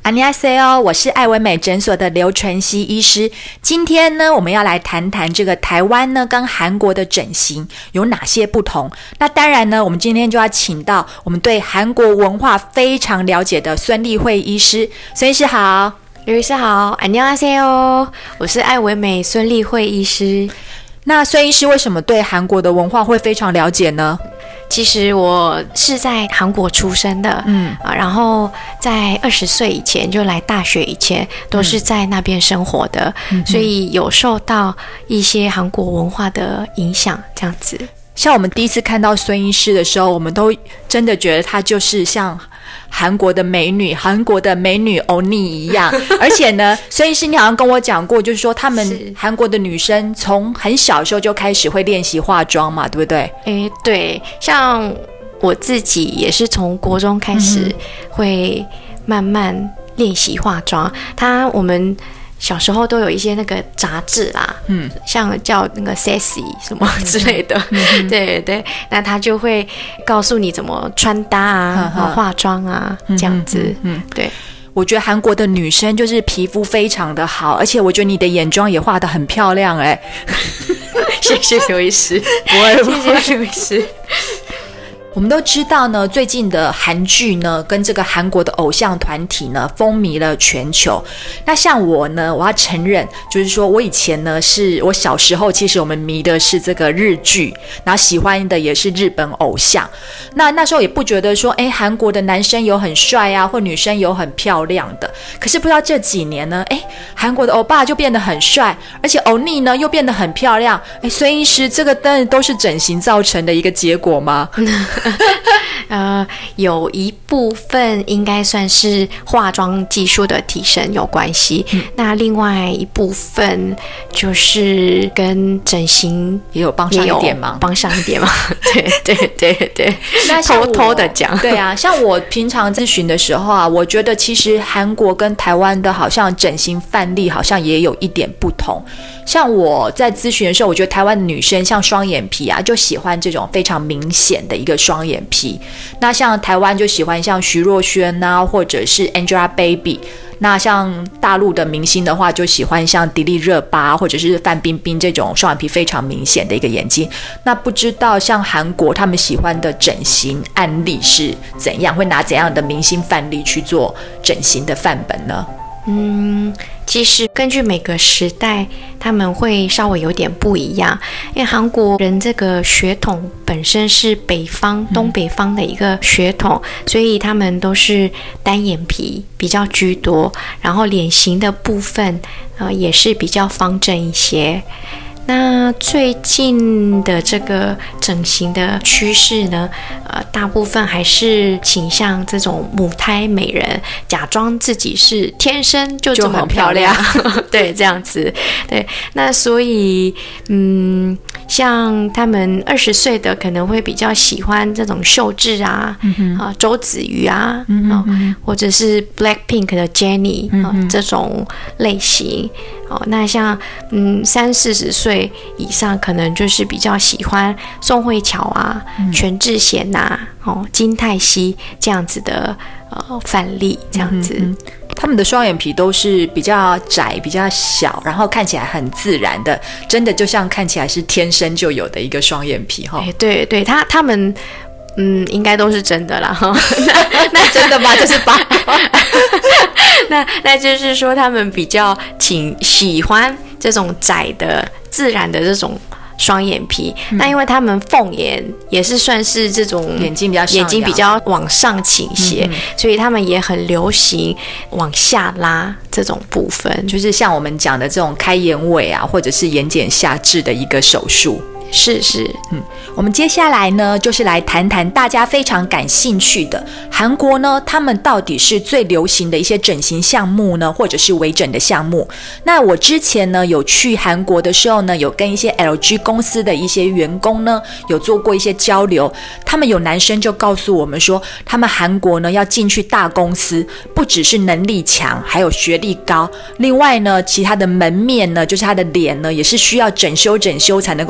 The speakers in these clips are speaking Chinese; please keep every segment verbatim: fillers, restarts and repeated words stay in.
안녕하세요，我是爱惟美诊所的刘淳熙医师。今天呢，我们要来谈谈这个台湾呢跟韩国的整形有哪些不同。那当然呢，我们今天就要请到我们对韩国文化非常了解的孙立慧医师。孙医师好。 刘医师好，안녕하세요，我是爱惟美孙立慧医师。 那孙医师为什么对韩国的文化会非常了解呢？ 其实我是在韩国出生的，嗯啊，然后在二十岁以前，就来大学以前，都是在那边生活的，嗯、所以有受到一些韩国文化的影响，这样子。 像我们第一次看到孙医师的时候，我们都真的觉得她就是像韩国的美女，韩国的美女欧尼一样。而且呢，孙医师你好像跟我讲过，就是说他们韩国的女生从很小的时候就开始会练习化妆嘛，对不对？ 诶，对，像我自己也是从国中开始会慢慢练习化妆。他我们小时候都有一些那个杂志啦，嗯，像叫那个 Sassy 什么之类的，嗯、对对，那他就会告诉你怎么穿搭啊、嗯、化妆啊、嗯、这样子，嗯，嗯对。 我觉得韩国的女生就是皮肤非常的好，而且我觉得你的眼妆也画得很漂亮哎、欸。 谢谢刘医师， 不会不会， 谢谢刘医师。 我们都知道呢，最近的韩剧呢，跟这个韩国的偶像团体呢，风靡了全球。那像我呢，我要承认，就是说我以前呢，是我小时候，其实我们迷的是这个日剧，然后喜欢的也是日本偶像。那那时候也不觉得说，哎，韩国的男生有很帅啊，或女生有很漂亮的。可是不知道这几年呢，哎，韩国的欧巴就变得很帅，而且欧尼呢又变得很漂亮。哎，孙医师，这个当然都是整形造成的一个结果吗？ 呃，有一部分应该算是化妆技术的提升有关系，嗯、那另外一部分就是跟整形也有帮上一点吗？ 帮上一点嘛，对对对对。 那偷偷的讲， 对啊，像我平常咨询的时候啊，我觉得其实韩国跟台湾的好像整形范例好像也有一点不同。像我在咨询的时候，我觉得台湾的女生像双眼皮啊，就喜欢这种非常明显的一个双眼皮。那像台湾就喜欢像徐若瑄啊，或者是 Angelababy。那像大陆的明星的话，就喜欢像迪丽热巴或者是范冰冰这种双眼皮非常明显的一个眼睛。那不知道像韩国他们喜欢的整形案例是怎样，会拿怎样的明星范例去做整形的范本呢？ 嗯，其实根据每个时代，他们会稍微有点不一样。因为韩国人这个血统本身是北方、东北方的一个血统，嗯、所以他们都是单眼皮比较居多，然后脸型的部分，呃，也是比较方正一些。那最近的这个整形的趋势呢，呃，大部分还是倾向这种母胎美人，假装自己是天生就这么漂亮，对，这样子，对。那所以，嗯，像他们二十岁的可能会比较喜欢这种秀智啊，嗯、啊，周子瑜啊，嗯啊，或者是 Blackpink 的 Jennie 啊、嗯、这种类型。哦，那像嗯三四十岁以上，可能就是比较喜欢宋慧乔啊、嗯、全智贤呐、哦金泰熙这样子的呃范例，这样子。嗯嗯他们的双眼皮都是比较窄、比较小，然后看起来很自然的，真的就像看起来是天生就有的一个双眼皮哈。 哎，对对，他他们。嗯，应该都是真的啦。 那, 那真的吗？这是八卦。 那那就是说，他们比较请喜欢这种窄的、自然的这种双眼皮。嗯、那因为他们凤眼也是算是这种眼睛比较眼睛比较往上倾斜，嗯、所以他们也很流行往下拉这种部分， 就是像我们讲的这种开眼尾啊，或者是眼睑下至的一个手术。 是是， 嗯，我们接下来呢，就是来谈谈大家非常感兴趣的韩国呢，他们到底是最流行的一些整形项目呢，或者是微整的项目。那我之前呢有去韩国的时候呢，有跟一些 L G 公司的一些员工呢有做过一些交流，他们有男生就告诉我们说，他们韩国呢要进去大公司，不只是能力强，还有学历高，另外呢，其他的门面呢，就是他的脸呢，也是需要整修整修才能够进去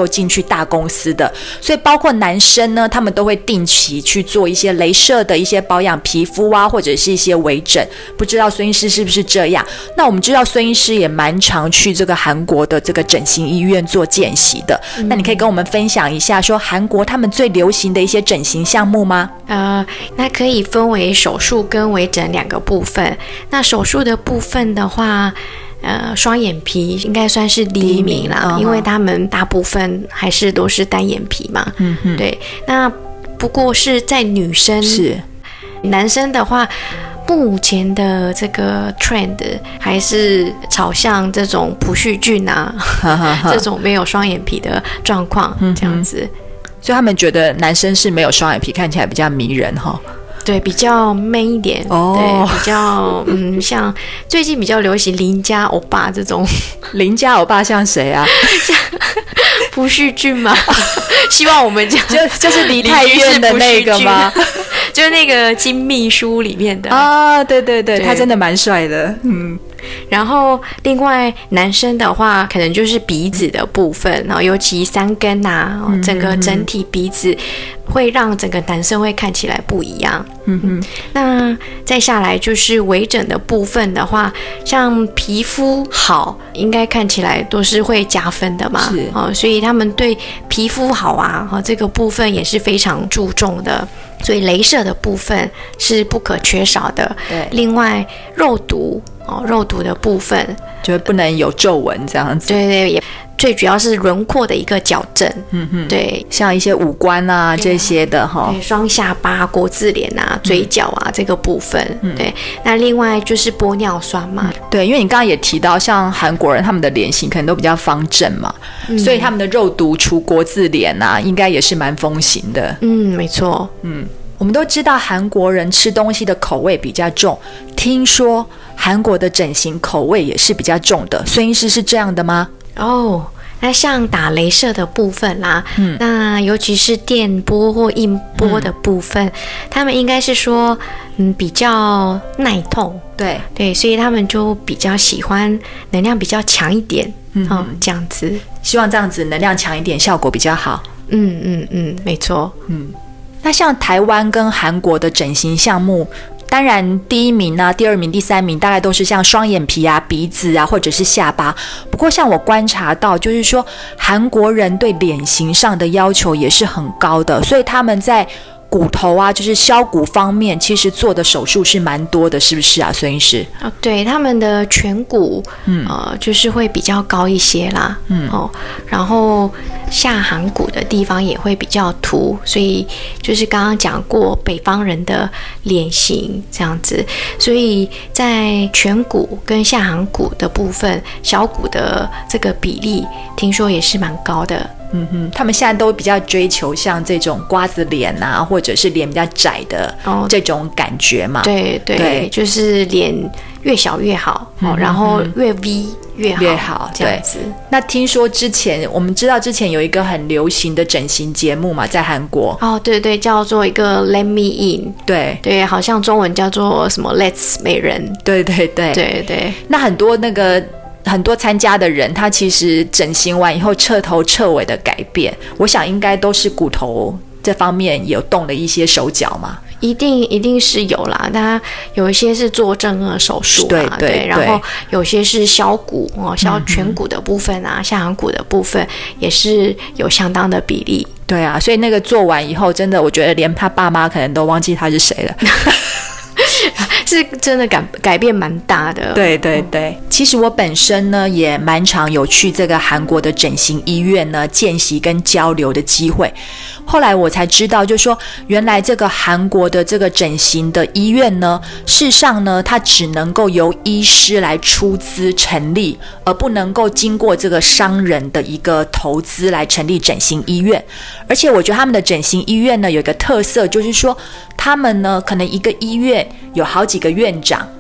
大公司的，所以包括男生呢，他们都会定期去做一些雷射的一些保养皮肤啊，或者是一些微整。不知道孙医师是不是这样？那我们知道孙医师也蛮常去这个韩国的这个整形医院做见习的，嗯、那你可以跟我们分享一下，说韩国他们最流行的一些整形项目吗？ 呃，那可以分为手术跟微整两个部分。那手术的部分的话，呃，双眼皮应该算是第一名啦，嗯、因为他们大部分还是都是单眼皮嘛。嗯嗯，对。那不过是在女生， 是男生的话，目前的这个 trend 还是朝向这种朴叙俊啊，这种没有双眼皮的状况，这样子。 所以他们觉得男生是没有双眼皮，看起来比较迷人哈。 对，比较 man 一点，哦、对，比较嗯，像最近比较流行邻家欧巴这种。 邻家欧巴像谁啊？ 像朴叙俊吗？希望我们讲就就是梨泰院的那个吗？ 就是那个金秘书里面的啊，对对对，对他真的蛮帅的，嗯。 然后另外男生的话，可能就是鼻子的部分，然后尤其三根啊，嗯、整个整体鼻子会让整个男生会看起来不一样。嗯嗯。那再下来就是微整的部分的话，像皮肤好，应该看起来都是会加分的嘛。是哦，所以他们对皮肤好啊，哈、哦，这个部分也是非常注重的。所以雷射的部分是不可缺少的。对。另外肉毒。哦，肉毒的部分就不能有皱纹这样子。 对对，也最主要是轮廓的一个矫正。嗯嗯，对， 像一些五官啊这些的哈， 对，双下巴、国字脸啊、嘴角啊、嗯、这个部分。嗯，对。那另外就是玻尿酸嘛。 嗯、对，因为你刚刚也提到，像韩国人他们的脸型可能都比较方正嘛，嗯、所以他们的肉毒除国字脸啊，应该也是蛮风行的。 嗯，没错。嗯。 我们都知道韩国人吃东西的口味比较重，听说韩国的整形口味也是比较重的，孙医师是这样的吗？ 哦，那像打雷射的部分啦，嗯，那尤其是电波或音波的部分，嗯、他们应该是说，嗯，比较耐痛， 对对，所以他们就比较喜欢能量比较强一点，嗯、哦，这样子， 希望这样子能量强一点，效果比较好。 嗯嗯嗯，没错，嗯。 那像台湾跟韩国的整形项目，当然第一名啊、第二名、第三名大概都是像双眼皮啊、鼻子啊，或者是下巴。不过像我观察到，就是说韩国人对脸型上的要求也是很高的，所以他们在骨头啊，就是削骨方面，其实做的手术是蛮多的，是不是啊，孙医师？ 哦，对，他们的颧骨，嗯，呃，就是会比较高一些啦，嗯，哦，然后下颌骨的地方也会比较凸，所以就是刚刚讲过北方人的脸型这样子，所以在颧骨跟下颌骨的部分，小骨的这个比例，听说也是蛮高的。 嗯哼，他们现在都比较追求像这种瓜子脸啊，或者是脸比较窄的这种感觉嘛。 哦、对 对, 对，就是脸越小越好，嗯、然后越 V 越好， 越好这样子。那听说之前我们知道之前有一个很流行的整形节目嘛，在韩国。 哦，对对，叫做一个 Let Me In。 对对，好像中文叫做什么 Let's 美人。 对对对对对。 那很多那个。很多参加的人，他其实整形完以后彻头彻尾的改变，我想应该都是骨头这方面有动了一些手脚嘛。 一定一定是有啦，但有一些是做正颌手术嘛， 对 对, 对， 然后有些是削骨哦，削颧骨的部分啊，嗯、下颌骨的部分也是有相当的比例。 对啊，所以那个做完以后，真的我觉得连他爸妈可能都忘记他是谁了。 是真的改改变蛮大的。 对对对，其实我本身呢也蛮常有去这个韩国的整形医院呢见习跟交流的机会。后来我才知道，就是说原来这个韩国的这个整形的医院呢，事实上呢，它只能够由医师来出资成立，而不能够经过这个商人的一个投资来成立整形医院。而且我觉得他们的整形医院呢有一个特色，就是说他们呢可能一个医院有好几个院长，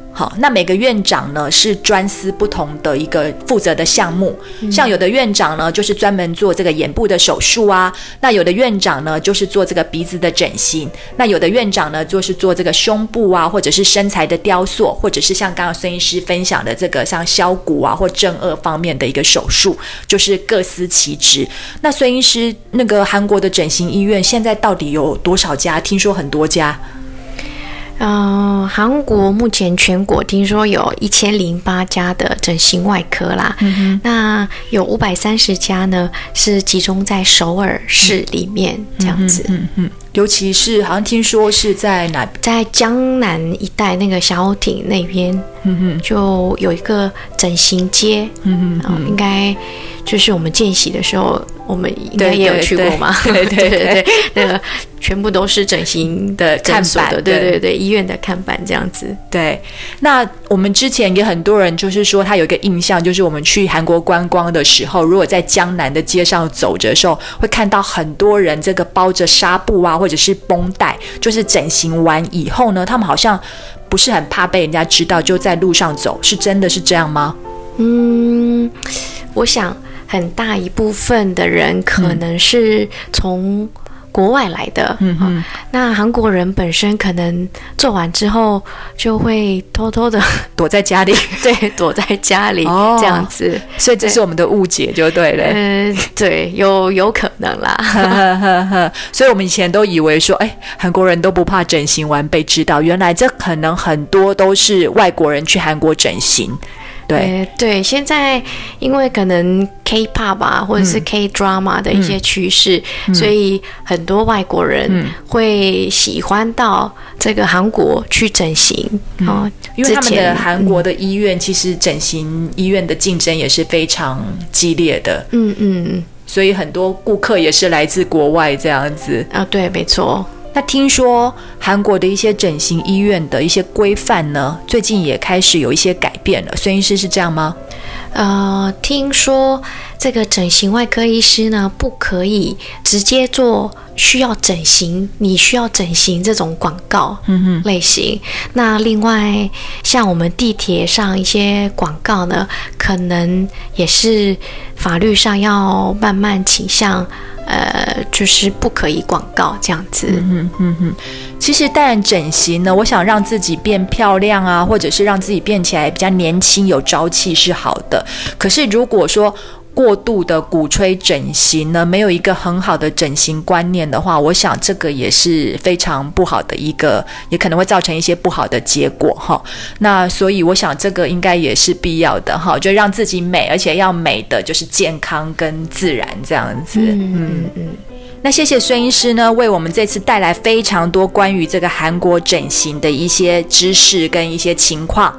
好，那每个院长呢是专司不同的一个负责的项目， 嗯、 像有的院长呢就是专门做这个眼部的手术啊，那有的院长呢就是做这个鼻子的整形，那有的院长呢就是做这个胸部啊，或者是身材的雕塑，或者是像刚刚孙医师分享的这个像削骨啊或正颚方面的一个手术，就是各司其职。那孙医师，那个韩国的整形医院现在到底有多少家？听说很多家。 呃，韩国目前全国听说有一千零八家的整形外科啦，嗯、那有五百三十家呢是集中在首尔市里面、嗯、这样子。 嗯嗯，尤其是好像听说是在哪， 在江南一带那个小艇那边，嗯、就有一个整形街，嗯嗯、应该就是我们见习的时候，我们应该也有去过嘛？ 对对 对, 对, 对, 对， 那个全部都是整形的看板， 对对对，医院的看板这样子。 对，那我们之前也很多人就是说，他有一个印象，就是我们去韩国观光的时候，如果在江南的街上走着的时候，会看到很多人这个包着纱布啊，或者是绷带，就是整形完以后呢，他们好像不是很怕被人家知道，就在路上走，是真的是这样吗？ 嗯，我想很大一部分的人可能是从国外来的，嗯嗯、哦，那韩国人本身可能做完之后就会偷偷的躲在家里， 对，躲在家里、哦、这样子， 所以这是我们的误解就对了。 嗯、呃，对，有有可能啦。 所以我们以前都以为说，哎，韩国人都不怕整形完被知道，原来这可能很多都是外国人去韩国整形。对、 呃、对，现在因为可能 K-pop 啊，或者是 K-drama 的一些趋势、嗯，所以很多外国人会喜欢到这个韩国去整形、嗯哦、 因为他们的韩国的医院、嗯、其实整形医院的竞争也是非常激烈的，嗯嗯，所以很多顾客也是来自国外这样子啊，对，没错。 那听说韩国的一些整形医院的一些规范呢，最近也开始有一些改变了。孙医师是这样吗？ 呃，听说这个整形外科医师呢，不可以直接做需要整形，你需要整形这种广告类型。嗯、那另外，像我们地铁上一些广告呢，可能也是法律上要慢慢倾向。呃，就是不可以广告这样子。嗯嗯嗯。其实当然整形呢，我想让自己变漂亮啊，或者是让自己变起来比较年轻有朝气是好的。可是如果说过度的鼓吹整形呢，没有一个很好的整形观念的话，我想这个也是非常不好的一个，也可能会造成一些不好的结果哈。那所以我想这个应该也是必要的哈，就让自己美，而且要美的就是健康跟自然这样子。嗯嗯嗯。那谢谢孙医师呢，为我们这次带来非常多关于这个韩国整形的一些知識跟一些情况。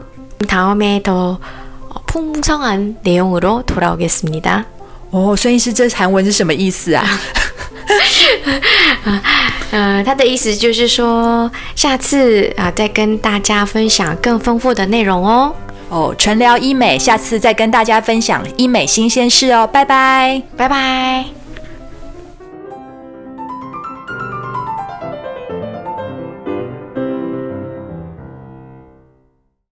다음에도 풍성한 내용으로 돌아오겠습니다. 哦，孙医师，这韩文是什么意思啊？ 呃，他的意思就是说，下次啊、呃、再跟大家分享更丰富的内容哦。 哦，纯聊医美，下次再跟大家分享医美新鲜事哦，拜拜， 拜拜。